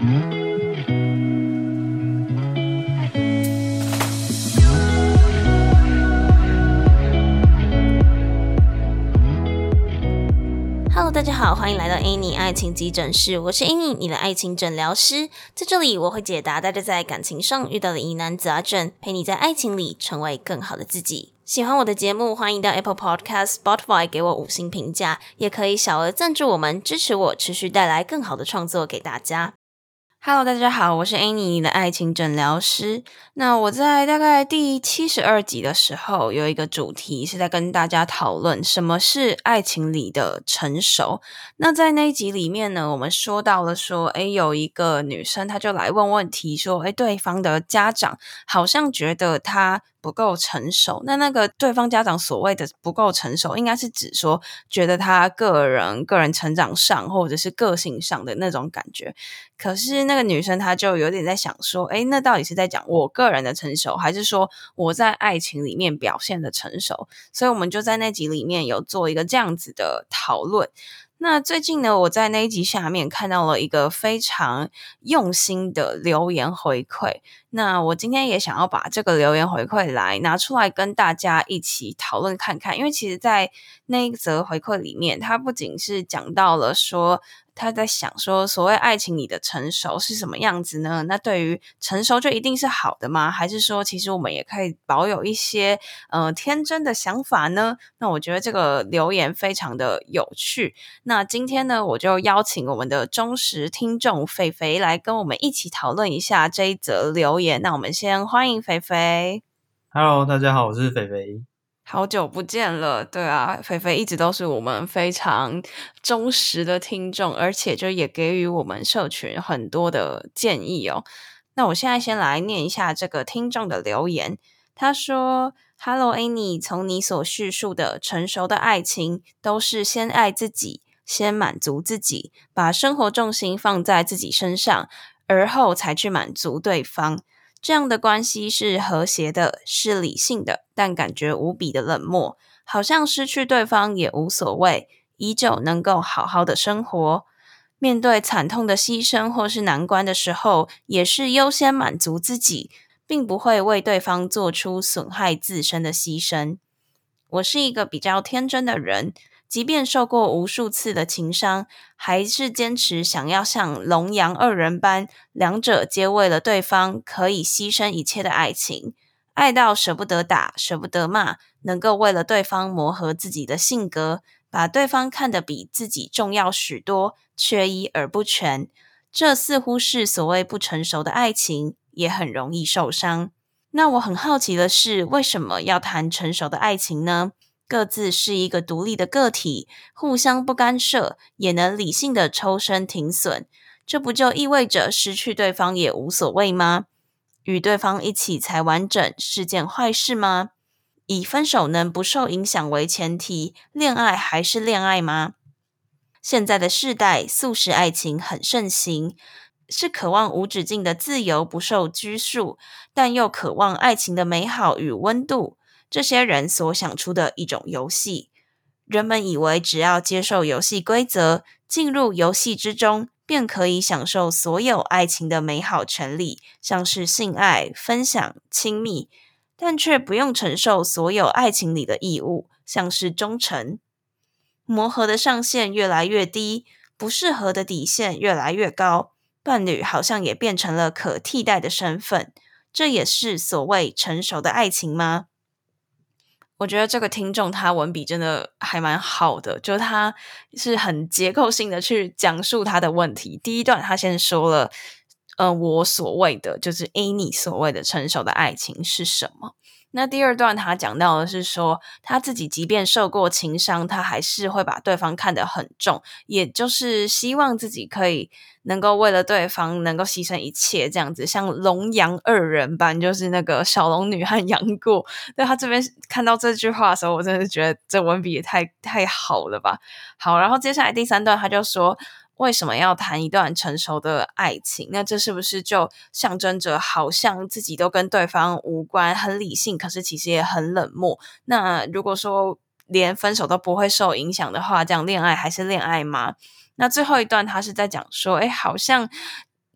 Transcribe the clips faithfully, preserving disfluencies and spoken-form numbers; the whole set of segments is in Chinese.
Hello， 大家好，欢迎来到 Annie 爱情急诊室，我是 Annie， 你的爱情诊疗师。在这里，我会解答大家在感情上遇到的疑难杂症，陪你在爱情里成为更好的自己。喜欢我的节目，欢迎到 Apple Podcast、Spotify 给我五星评价，也可以小额赞助我们，支持我持续带来更好的创作给大家。Hello， 大家好，我是 Annie， 你的爱情诊疗师。那我在大概第七十二集的时候，有一个主题是在跟大家讨论什么是爱情里的成熟。那在那一集里面呢，我们说到了说，诶，有一个女生她就来问问题说，诶，对方的家长好像觉得她不够成熟。那那个对方家长所谓的不够成熟，应该是指说觉得他个人个人成长上或者是个性上的那种感觉。可是那个女生她就有点在想说，诶，那到底是在讲我个人的成熟，还是说我在爱情里面表现的成熟？所以我们就在那集里面有做一个这样子的讨论。那最近呢，我在那一集下面看到了一个非常用心的留言回馈，那我今天也想要把这个留言回馈来拿出来跟大家一起讨论看看。因为其实在那一则回馈里面，它不仅是讲到了说他在想说所谓爱情里的成熟是什么样子呢？那对于成熟就一定是好的吗？还是说其实我们也可以保有一些呃天真的想法呢？那我觉得这个留言非常的有趣。那今天呢，我就邀请我们的忠实听众肥肥来跟我们一起讨论一下这一则留言。那我们先欢迎肥肥。 Hello， 大家好，我是肥肥。 好久不见了。对啊，肥肥一直都是我们非常忠实的听众，而且就也给予我们社群很多的建议哦。那我现在先来念一下这个听众的留言。他说 Hello Annie， 从你所叙述的成熟的爱情都是先爱自己，先满足自己，把生活重心放在自己身上，而后才去满足对方。这样的关系是和谐的，是理性的，但感觉无比的冷漠，好像失去对方也无所谓，依旧能够好好的生活。面对惨痛的牺牲或是难关的时候，也是优先满足自己，并不会为对方做出损害自身的牺牲。我是一个比较天真的人，即便受过无数次的情伤，还是坚持想要像龙阳二人般，两者皆为了对方可以牺牲一切的爱情，爱到舍不得打，舍不得骂，能够为了对方磨合自己的性格，把对方看得比自己重要许多，缺一而不全。这似乎是所谓不成熟的爱情，也很容易受伤。那我很好奇的是，为什么要谈成熟的爱情呢？各自是一个独立的个体，互相不干涉，也能理性的抽身停损，这不就意味着失去对方也无所谓吗？与对方一起才完整是件坏事吗？以分手能不受影响为前提，恋爱还是恋爱吗？现在的世代速食爱情很盛行，是渴望无止境的自由不受拘束，但又渴望爱情的美好与温度，这些人所想出的一种游戏。人们以为只要接受游戏规则，进入游戏之中，便可以享受所有爱情的美好权利，像是性爱、分享、亲密，但却不用承受所有爱情里的义务，像是忠诚。磨合的上限越来越低，不适合的底线越来越高，伴侣好像也变成了可替代的身份，这也是所谓成熟的爱情吗？我觉得这个听众他文笔真的还蛮好的，就他是很结构性的去讲述他的问题。第一段他先说了呃，我所谓的就是 Annie 所谓的成熟的爱情是什么。那第二段他讲到的是说，他自己即便受过情伤，他还是会把对方看得很重，也就是希望自己可以能够为了对方能够牺牲一切，这样子像龙阳二人般，就是那个小龙女和杨过。对，他这边看到这句话的时候，我真的是觉得这文笔也太太好了吧。好，然后接下来第三段他就说，为什么要谈一段成熟的爱情？那这是不是就象征着好像自己都跟对方无关，很理性，可是其实也很冷漠？那如果说连分手都不会受影响的话，这样恋爱还是恋爱吗？那最后一段他是在讲说，诶，好像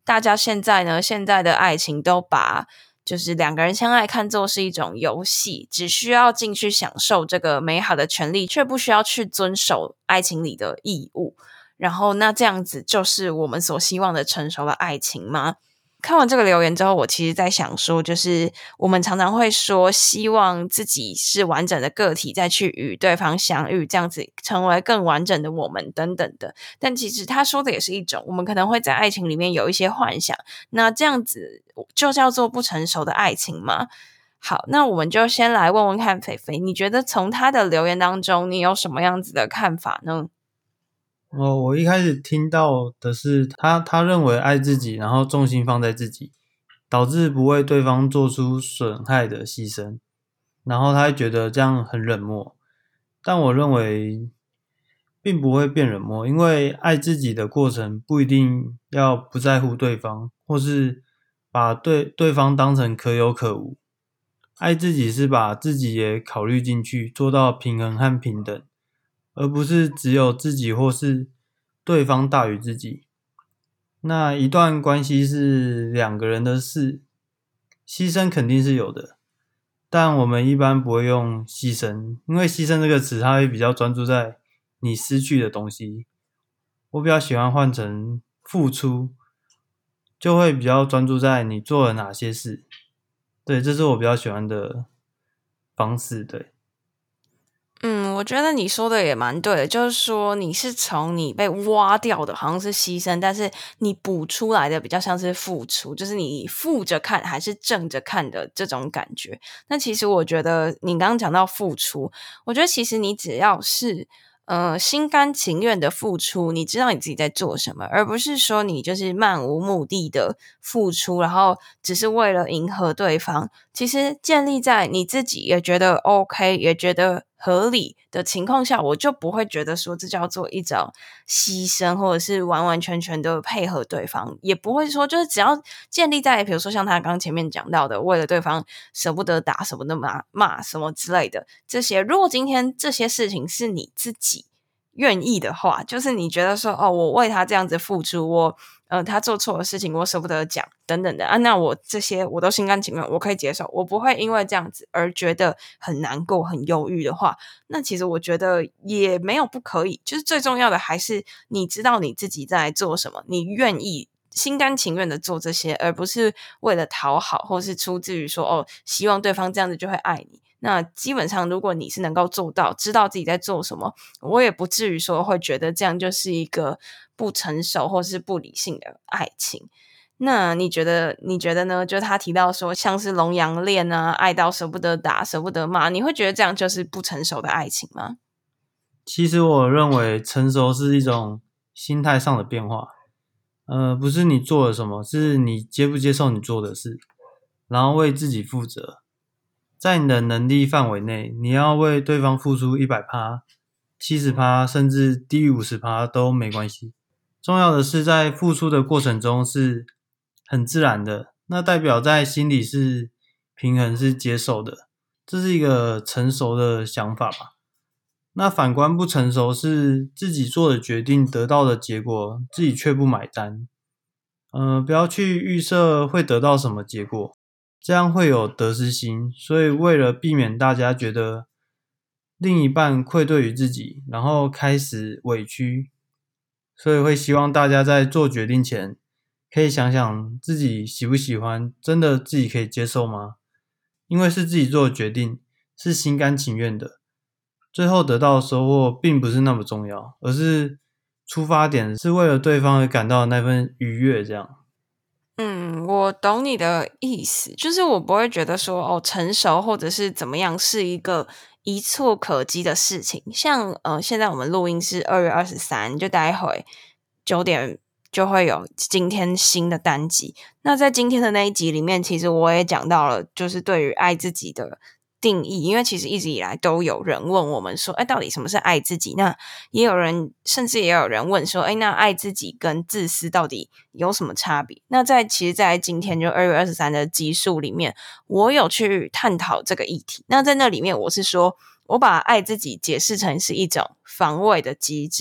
大家现在呢，现在的爱情都把就是两个人相爱看作是一种游戏，只需要进去享受这个美好的权利，却不需要去遵守爱情里的义务。然后那这样子就是我们所希望的成熟的爱情吗？看完这个留言之后，我其实在想说，就是我们常常会说希望自己是完整的个体再去与对方相遇，这样子成为更完整的我们等等的，但其实他说的也是一种我们可能会在爱情里面有一些幻想，那这样子就叫做不成熟的爱情吗？好，那我们就先来问问看菲菲，你觉得从他的留言当中你有什么样子的看法呢？ 哦，我一开始听到的是他他认为爱自己，然后重心放在自己，导致不为对方做出损害的牺牲，然后他会觉得这样很冷漠。但我认为并不会变冷漠，因为爱自己的过程不一定要不在乎对方，或是把对对方当成可有可无。爱自己是把自己也考虑进去，做到平衡和平等，而不是只有自己或是对方大于自己。那一段关系是两个人的事，牺牲肯定是有的，但我们一般不会用牺牲，因为牺牲这个词它会比较专注在你失去的东西。我比较喜欢换成付出，就会比较专注在你做了哪些事。对，这是我比较喜欢的方式，对。 嗯，我觉得你说的也蛮对的，就是说你是从你被挖掉的好像是牺牲，但是你补出来的比较像是付出，就是你负着看还是正着看的这种感觉。那其实我觉得你刚刚讲到付出，我觉得其实你只要是呃心甘情愿的付出，你知道你自己在做什么，而不是说你就是漫无目的的付出，然后只是为了迎合对方。其实建立在你自己也觉得 OK 也觉得合理的情况下，我就不会觉得说这叫做一种牺牲，或者是完完全全的配合对方，也不会说就是只要建立在比如说像他刚前面讲到的，为了对方舍不得打舍不得骂骂什么之类的这些，如果今天这些事情是你自己愿意的话，就是你觉得说哦，我为他这样子付出，我呃他做错的事情我舍不得讲等等的啊，那我这些我都心甘情愿，我可以接受，我不会因为这样子而觉得很难过很忧郁的话，那其实我觉得也没有不可以，就是最重要的还是你知道你自己在做什么，你愿意心甘情愿的做这些，而不是为了讨好，或是出自于说哦希望对方这样子就会爱你。那基本上如果你是能够做到知道自己在做什么，我也不至于说会觉得这样就是一个不成熟或是不理性的爱情。那你觉得你觉得呢？就他提到说像是龙阳恋啊，爱到舍不得打舍不得骂，你会觉得这样就是不成熟的爱情吗？ 其实我认为成熟是一种心态上的变化，呃，不是你做了什么，是你接不接受你做的事，然后为自己负责。在你的能力范围内，你要为对方付出 百分之百、七十趴，甚至低于 百分之五十 都没关系。重要的是在付出的过程中是很自然的，那代表在心里是平衡是接受的，这是一个成熟的想法吧。那反观不成熟是自己做的决定得到的结果，自己却不买单。呃，不要去预设会得到什么结果，这样会有得失心，所以为了避免大家觉得另一半愧对于自己，然后开始委屈，所以会希望大家在做决定前可以想想自己喜不喜欢，真的自己可以接受吗？因为是自己做的决定，是心甘情愿的，最后得到的收获并不是那么重要，而是出发点是为了对方而感到的那份愉悦这样。 嗯，我懂你的意思，就是我不会觉得说哦，成熟或者是怎么样是一个一触可及的事情。像呃，现在我们录音是二月二十三，就待会九点就会有今天新的单集。那在今天的那一集里面，其实我也讲到了，就是对于爱自己的定义，因为其实一直以来都有人问我们说，哎，到底什么是爱自己？那也有人，甚至也有人问说，哎，那爱自己跟自私到底有什么差别？那在其实，在今天就二月二十三的集数里面，我有去探讨这个议题。那在那里面，我是说我把爱自己解释成是一种防卫的机制。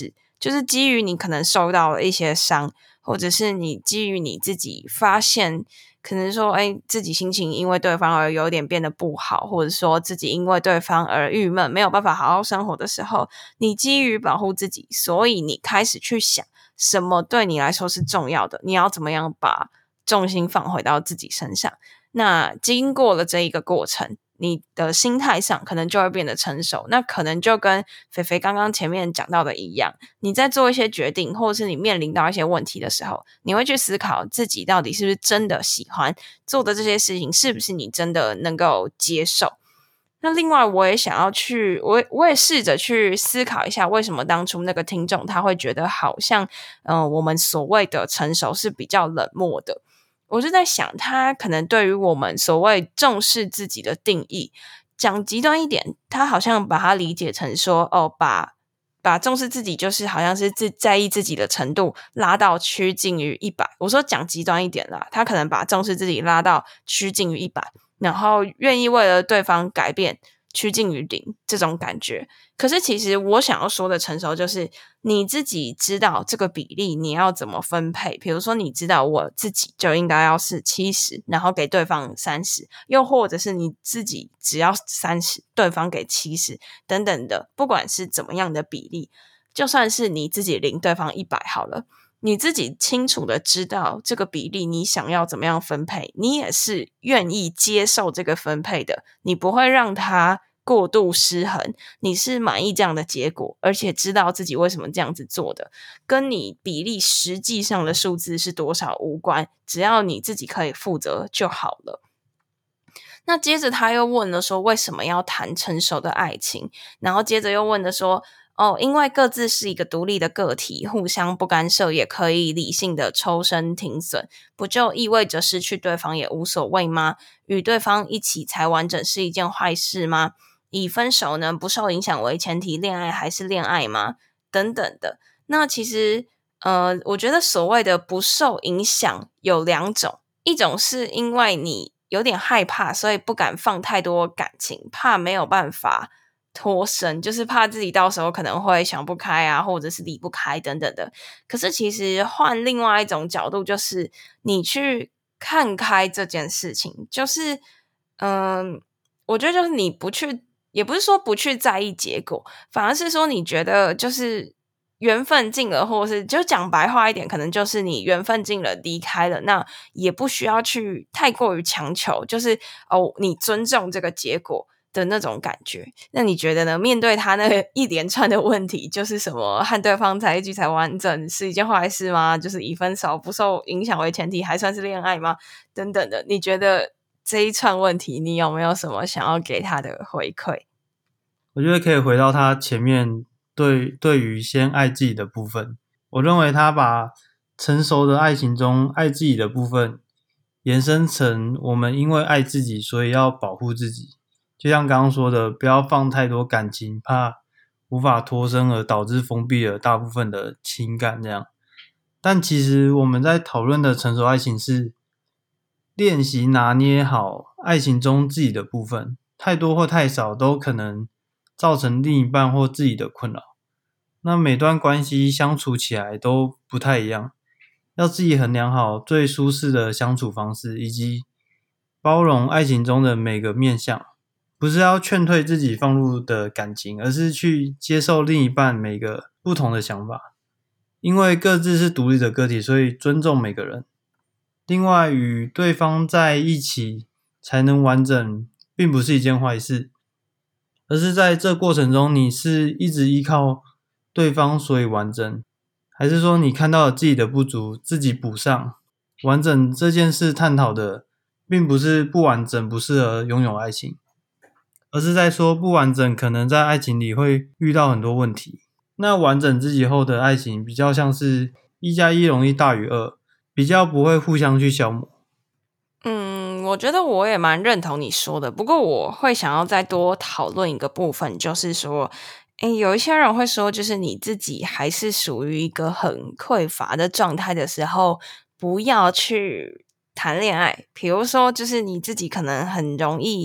就是基于你可能受到了一些伤，或者是你基于你自己发现可能说哎，自己心情因为对方而有点变得不好，或者说自己因为对方而郁闷，没有办法好好生活的时候，你基于保护自己，所以你开始去想什么对你来说是重要的，你要怎么样把重心放回到自己身上。那经过了这一个过程，你的心态上可能就会变得成熟，那可能就跟菲菲刚刚前面讲到的一样，你在做一些决定，或者是你面临到一些问题的时候，你会去思考自己到底是不是真的喜欢做的这些事情，是不是你真的能够接受。那另外我也想要去我我也试着去思考一下，为什么当初那个听众他会觉得好像呃，我们所谓的成熟是比较冷漠的。我就在想，他可能对于我们所谓重视自己的定义，讲极端一点，他好像把它理解成说哦，把把重视自己就是好像是自在意自己的程度拉到趋近于一百。我说讲极端一点啦，他可能把重视自己拉到趋近于一百，然后愿意为了对方改变趋近于零这种感觉。可是其实我想要说的成熟就是你自己知道这个比例你要怎么分配，比如说你知道我自己就应该要是七十，然后给对方三十，又或者是你自己只要三十，对方给七十等等的，不管是怎么样的比例，就算是你自己零对方一百好了，你自己清楚的知道这个比例你想要怎么样分配，你也是愿意接受这个分配的，你不会让它过度失衡，你是满意这样的结果，而且知道自己为什么这样子做的，跟你比例实际上的数字是多少无关，只要你自己可以负责就好了。那接着他又问了说为什么要谈成熟的爱情，然后接着又问了说哦，因为各自是一个独立的个体，互相不干涉也可以理性的抽身停损，不就意味着失去对方也无所谓吗？与对方一起才完整是一件坏事吗？以分手呢不受影响为前提，恋爱还是恋爱吗？等等的。那其实呃，我觉得所谓的不受影响有两种，一种是因为你有点害怕，所以不敢放太多感情，怕没有办法脱身，就是怕自己到时候可能会想不开啊，或者是离不开等等的。可是其实换另外一种角度，就是你去看开这件事情，就是嗯、呃，我觉得就是你不去，也不是说不去在意结果，反而是说你觉得就是缘分尽了，或者是就讲白话一点，可能就是你缘分尽了离开了，那也不需要去太过于强求，就是哦，你尊重这个结果的那种感觉。那你觉得呢？面对他那个一连串的问题，就是什么和对方在一起才完整是一件坏事吗？就是以分手不受影响为前提，还算是恋爱吗？等等的，你觉得这一串问题你有没有什么想要给他的回馈？ 我觉得可以回到他前面对对于先爱自己的部分，我认为他把成熟的爱情中爱自己的部分延伸成我们因为爱自己所以要保护自己，就像刚刚说的，不要放太多感情，怕无法脱身而导致封闭了大部分的情感这样。但其实我们在讨论的成熟爱情是练习拿捏好爱情中自己的部分，太多或太少都可能造成另一半或自己的困扰。那每段关系相处起来都不太一样，要自己衡量好最舒适的相处方式，以及包容爱情中的每个面向。不是要劝退自己放入的感情，而是去接受另一半每个不同的想法。因为各自是独立的个体，所以尊重每个人。另外，与对方在一起才能完整，并不是一件坏事，而是在这过程中你是一直依靠对方所以完整，还是说你看到了自己的不足自己补上。完整这件事探讨的并不是不完整不适合拥有爱情，而是在说不完整可能在爱情里会遇到很多问题。那完整自己后的爱情比较像是一加一容易大于二，比较不会互相去消磨。 嗯，我觉得我也蛮认同你说的，不过我会想要再多讨论一个部分，就是说诶，有一些人会说，就是你自己还是属于一个很匮乏的状态的时候，不要去谈恋爱。比如说，就是你自己可能很容易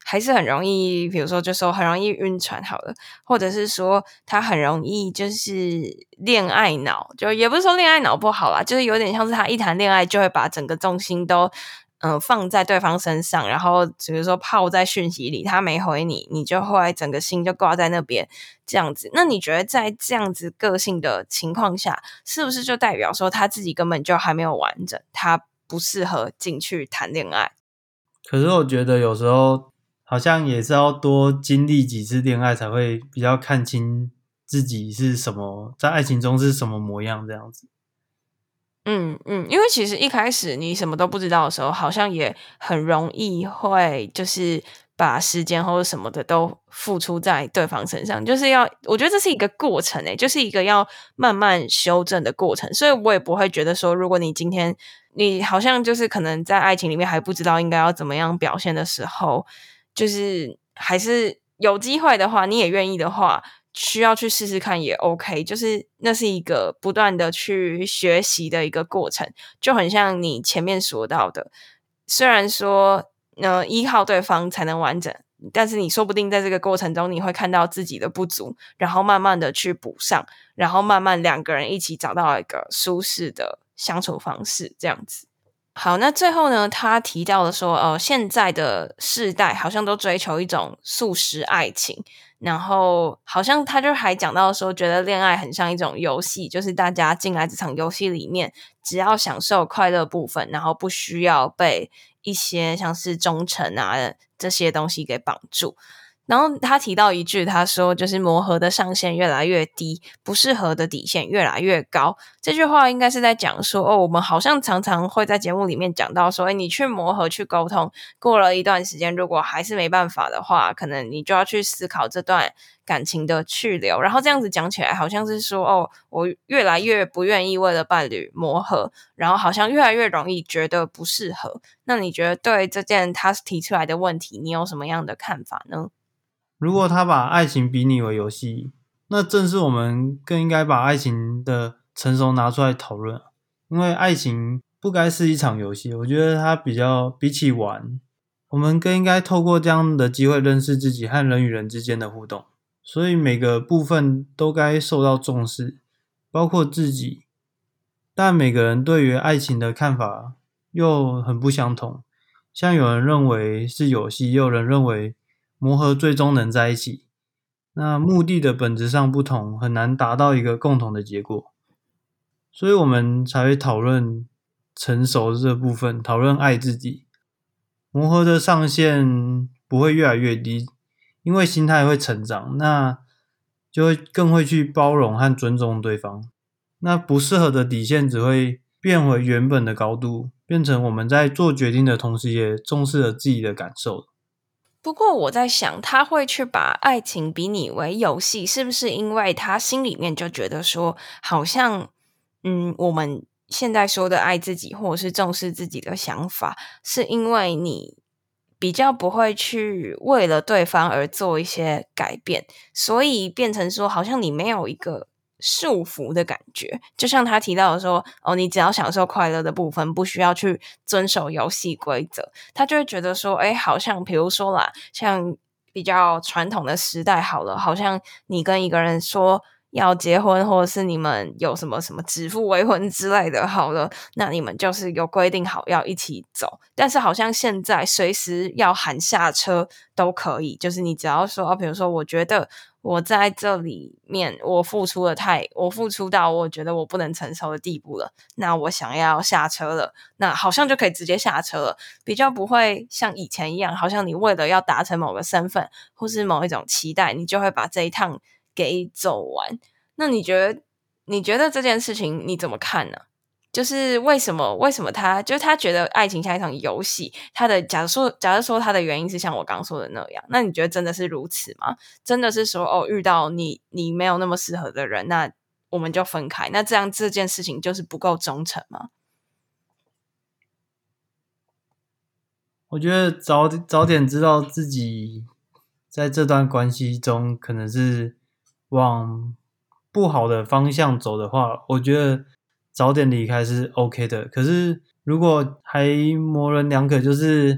还是很容易，比如说就说很容易晕船好了，或者是说他很容易就是恋爱脑，就也不是说恋爱脑不好啦，就是有点像是他一谈恋爱就会把整个重心都嗯、呃、放在对方身上，然后比如说泡在讯息里，他没回你，你就会整个心就挂在那边这样子。那你觉得在这样子个性的情况下，是不是就代表说他自己根本就还没有完整，他不适合进去谈恋爱？ 可是我觉得有时候好像也是要多经历几次恋爱才会比较看清自己是什么，在爱情中是什么模样这样子。 嗯嗯，因为其实一开始你什么都不知道的时候，好像也很容易会就是把时间或者什么的都付出在对方身上，就是要我觉得这是一个过程诶、欸，就是一个要慢慢修正的过程，所以我也不会觉得说，如果你今天你好像就是可能在爱情里面还不知道应该要怎么样表现的时候，就是还是有机会的话，你也愿意的话，需要去试试看也 OK， 就是那是一个不断的去学习的一个过程，就很像你前面说到的，虽然说呃依靠对方才能完整，但是你说不定在这个过程中你会看到自己的不足，然后慢慢的去补上，然后慢慢两个人一起找到一个舒适的相处方式这样子。好，那最后呢，他提到了说，呃，现在的世代好像都追求一种速食爱情，然后好像他就还讲到说，觉得恋爱很像一种游戏，就是大家进来这场游戏里面，只要享受快乐部分，然后不需要被一些像是忠诚啊这些东西给绑住。然后他提到一句，他说就是磨合的上限越来越低，不适合的底线越来越高。这句话应该是在讲说，哦，我们好像常常会在节目里面讲到说，诶，你去磨合去沟通，过了一段时间如果还是没办法的话，可能你就要去思考这段感情的去留。然后这样子讲起来好像是说，哦，我越来越不愿意为了伴侣磨合，然后好像越来越容易觉得不适合。那你觉得对这件他提出来的问题，你有什么样的看法呢？ 如果他把爱情比拟为游戏，那正是我们更应该把爱情的成熟拿出来讨论，因为爱情不该是一场游戏，我觉得它比较比起玩，我们更应该透过这样的机会认识自己和人与人之间的互动，所以每个部分都该受到重视，包括自己，但每个人对于爱情的看法又很不相同，像有人认为是游戏，也有人认为磨合最终能在一起，那目的的本质上不同，很难达到一个共同的结果，所以我们才会讨论成熟这部分，讨论爱自己。磨合的上限不会越来越低，因为心态会成长，那就会更会去包容和尊重对方。那不适合的底线只会变回原本的高度，变成我们在做决定的同时也重视了自己的感受。 不过我在想，他会去把爱情比拟为游戏，是不是因为他心里面就觉得说，好像，嗯，我们现在说的爱自己或者是重视自己的想法，是因为你比较不会去为了对方而做一些改变，所以变成说，好像你没有一个束缚的感觉，就像他提到的说，哦，你只要享受快乐的部分，不需要去遵守游戏规则，他就会觉得说，诶，好像比如说啦，像比较传统的时代好了，好像你跟一个人说要结婚，或者是你们有什么什么指腹为婚之类的，好了，那你们就是有规定好要一起走，但是好像现在随时要喊下车都可以，就是你只要说，哦，比如说我觉得我在这里面我付出的太我付出到我觉得我不能承受的地步了，那我想要下车了，那好像就可以直接下车了，比较不会像以前一样，好像你为了要达成某个身份或是某一种期待，你就会把这一趟给走完。那你觉得你觉得这件事情你怎么看呢？就是为什么为什么他就是他觉得爱情像一场游戏，他的假如说假如说他的原因是像我刚说的那样，那你觉得真的是如此吗？真的是说哦，遇到你你没有那么适合的人，那我们就分开，那这样这件事情就是不够忠诚吗？ 我觉得早早点知道自己在这段关系中可能是往不好的方向走的话，我觉得早点离开是 OK 的。可是如果还模棱两可，就是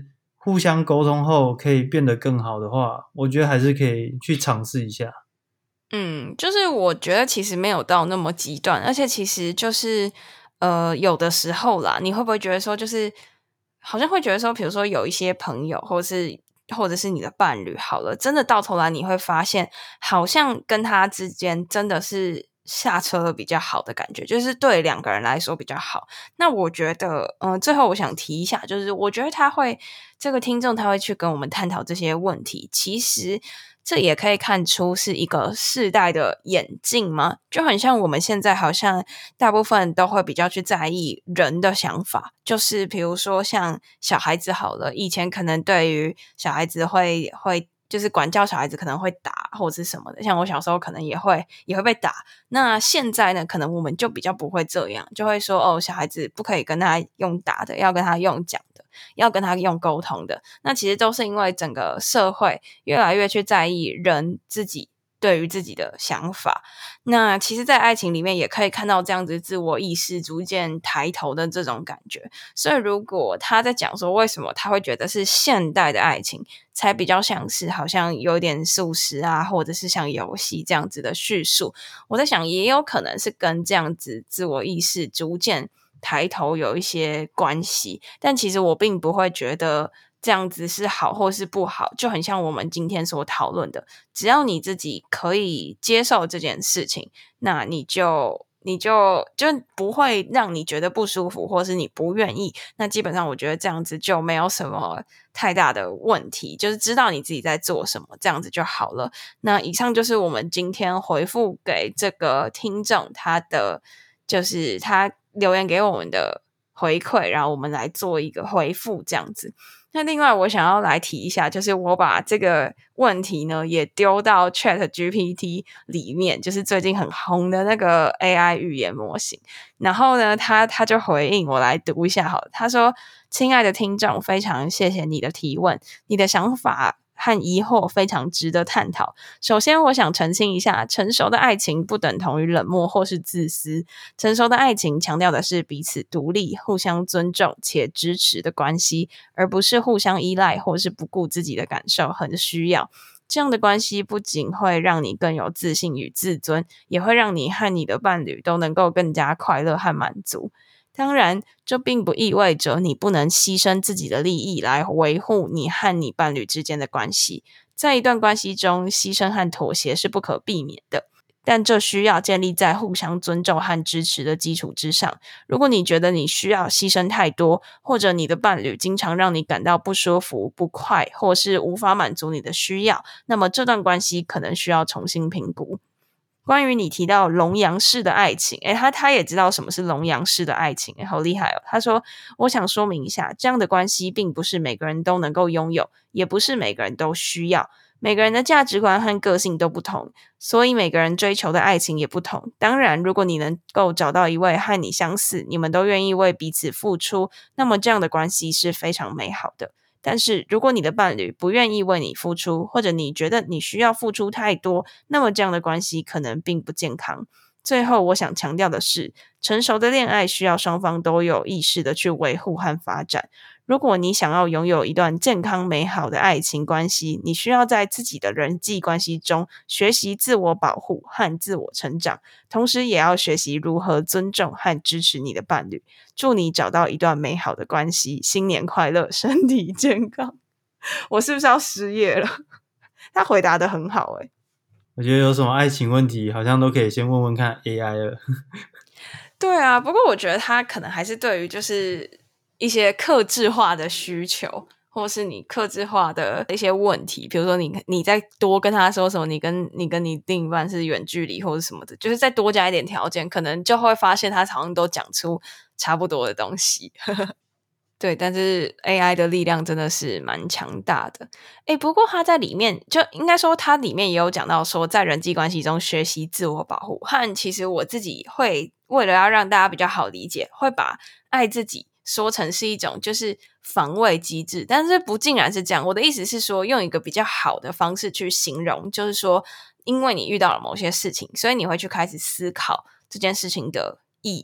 互相沟通后可以变得更好的话，我觉得还是可以去尝试一下。 嗯，就是我觉得其实没有到那么极端，而且其实就是呃，有的时候啦，你会不会觉得说，就是好像会觉得说，比如说有一些朋友，或是或者是你的伴侣，好了，真的到头来你会发现，好像跟他之间真的是下车了比较好的感觉，就是对两个人来说比较好。那我觉得，嗯、呃，最后我想提一下，就是我觉得他会这个听众他会去跟我们探讨这些问题，其实这也可以看出是一个世代的演进吗？就很像我们现在好像大部分都会比较去在意人的想法，就是比如说像小孩子好了，以前可能对于小孩子会会就是管教小孩子可能会打或者是什么的，像我小时候可能也会也会被打。那现在呢，可能我们就比较不会这样，就会说哦，小孩子不可以跟他用打的，要跟他用讲的，要跟他用沟通的。那其实都是因为整个社会越来越去在意人自己对于自己的想法。那其实在爱情里面也可以看到这样子自我意识逐渐抬头的这种感觉。所以如果他在讲说为什么他会觉得是现代的爱情才比较像是好像有点速食啊，或者是像游戏这样子的叙述，我在想也有可能是跟这样子自我意识逐渐抬头有一些关系。但其实我并不会觉得这样子是好或是不好，就很像我们今天所讨论的，只要你自己可以接受这件事情，那你就你就就不会让你觉得不舒服，或是你不愿意，那基本上我觉得这样子就没有什么太大的问题，就是知道你自己在做什么，这样子就好了。那以上就是我们今天回复给这个听众他的就是他留言给我们的回馈，然后我们来做一个回复这样子。那另外我想要来提一下，就是我把这个问题呢也丢到 Chat G P T 里面，就是最近很红的那个 A I 语言模型。然后呢他他就回应，我来读一下好了。他说：亲爱的听众，非常谢谢你的提问，你的想法和疑惑非常值得探讨。首先我想澄清一下，成熟的爱情不等同于冷漠或是自私，成熟的爱情强调的是彼此独立、互相尊重且支持的关系，而不是互相依赖或是不顾自己的感受和需要。这样的关系不仅会让你更有自信与自尊，也会让你和你的伴侣都能够更加快乐和满足。当然，这并不意味着你不能牺牲自己的利益来维护你和你伴侣之间的关系。在一段关系中，牺牲和妥协是不可避免的，但这需要建立在互相尊重和支持的基础之上。如果你觉得你需要牺牲太多，或者你的伴侣经常让你感到不舒服、不快，或是无法满足你的需要，那么这段关系可能需要重新评估。关于你提到龙阳式的爱情，诶，他他也知道什么是龙阳式的爱情，诶，好厉害哦。他说，我想说明一下，这样的关系并不是每个人都能够拥有，也不是每个人都需要。每个人的价值观和个性都不同，所以每个人追求的爱情也不同。当然，如果你能够找到一位和你相似，你们都愿意为彼此付出，那么这样的关系是非常美好的。但是如果你的伴侣不愿意为你付出，或者你觉得你需要付出太多，那么这样的关系可能并不健康。最后我想强调的是，成熟的恋爱需要双方都有意识的去维护和发展。如果你想要拥有一段健康美好的爱情关系，你需要在自己的人际关系中学习自我保护和自我成长，同时也要学习如何尊重和支持你的伴侣。祝你找到一段美好的关系，新年快乐，身体健康。我是不是要失业了？他回答得很好诶。 我觉得有什么爱情问题好像都可以先问问看 A I 了。 对啊，不过我觉得他可能还是对于就是一些客制化的需求，或是你客制化的一些问题，比如说你你再多跟他说什么，你跟你跟你另一半是远距离或者什么的，就是再多加一点条件，可能就会发现他好像都讲出差不多的东西。对，但是 A I 的力量真的是蛮强大的。诶，不过它在里面就应该说它里面也有讲到说，在人际关系中学习自我保护，和其实我自己会为了要让大家比较好理解，会把爱自己说成是一种就是防卫机制，但是不尽然是这样。我的意思是说，用一个比较好的方式去形容，就是说因为你遇到了某些事情，所以你会去开始思考这件事情的意义，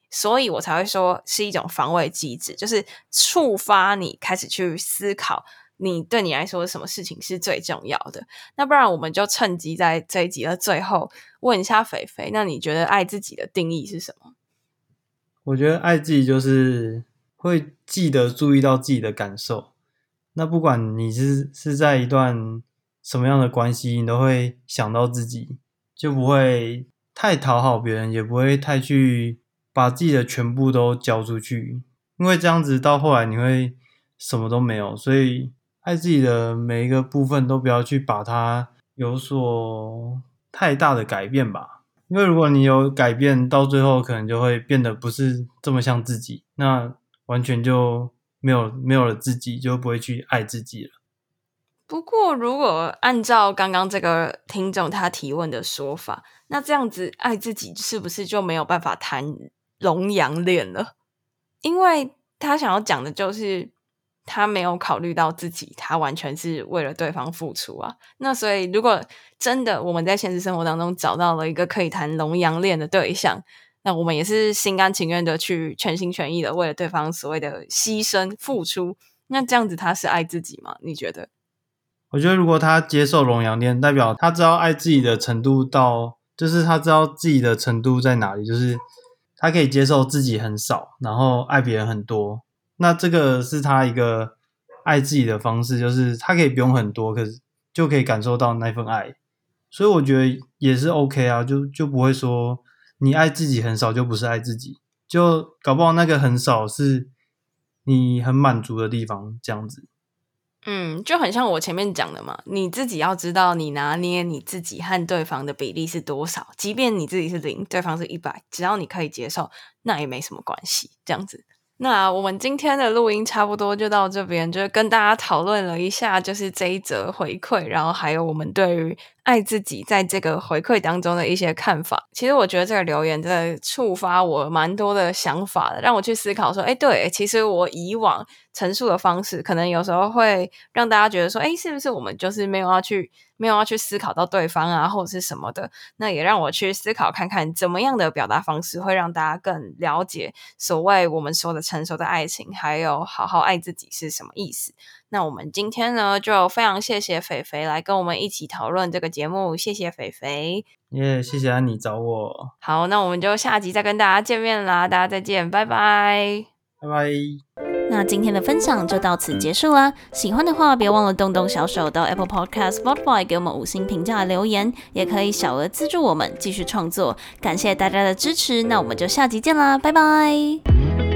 所以我才会说是一种防卫机制，就是触发你开始去思考你对你来说什么事情是最重要的。那不然我们就趁机在这一集的最后问一下肥肥，那你觉得爱自己的定义是什么？ 我觉得爱自己就是会记得注意到自己的感受，那不管你是是在一段什么样的关系，你都会想到自己，就不会太讨好别人，也不会太去把自己的全部都交出去，因为这样子到后来你会什么都没有。所以爱自己的每一个部分都不要去把它有所太大的改变吧，因为如果你有改变，到最后可能就会变得不是这么像自己，那完全就没有没有了自己，就不会去爱自己了。 不过如果按照刚刚这个听众他提问的说法，那这样子爱自己是不是就没有办法谈龙阳恋了？因为他想要讲的就是他没有考虑到自己，他完全是为了对方付出啊。那所以如果真的我们在现实生活当中找到了一个可以谈龙阳恋的对象，那我们也是心甘情愿的去全心全意的为了对方所谓的牺牲付出，那这样子他是爱自己吗？你觉得？ 我觉得如果他接受龙阳恋，代表他知道爱自己的程度到，就是他知道自己的程度在哪里，就是他可以接受自己很少，然后爱别人很多，那这个是他一个爱自己的方式，就是他可以不用很多，可是就可以感受到那份爱。所以我觉得也是 OK 啊，就就不会说你爱自己很少就不是爱自己，就搞不好那个很少是你很满足的地方，这样子。 嗯，就很像我前面讲的嘛，你自己要知道你拿捏你自己和对方的比例是多少，即便你自己是零，对方是一百，只要你可以接受，那也没什么关系，这样子。那我们今天的录音差不多就到这边，就是跟大家讨论了一下就是这一则回馈，然后还有我们对于爱自己在这个回馈当中的一些看法。其实我觉得这个留言真的触发我蛮多的想法的，让我去思考说，诶对，其实我以往陈述的方式可能有时候会让大家觉得说，诶是不是我们就是没有要去没有要去思考到对方啊或者是什么的。那也让我去思考看看怎么样的表达方式会让大家更了解所谓我们说的成熟的爱情还有好好爱自己是什么意思。那我们今天呢就非常谢谢肥肥来跟我们一起讨论这个节目，谢谢肥肥。 耶、yeah, 谢谢安妮找我。 好，那我们就下集再跟大家见面啦，大家再见，拜拜。 拜拜。 那今天的分享就到此结束啦，喜欢的话别忘了动动小手到 Apple Podcast、Spotify 给我们五星评价留言，也可以小额资助我们继续创作，感谢大家的支持，那我们就下集见啦，拜拜。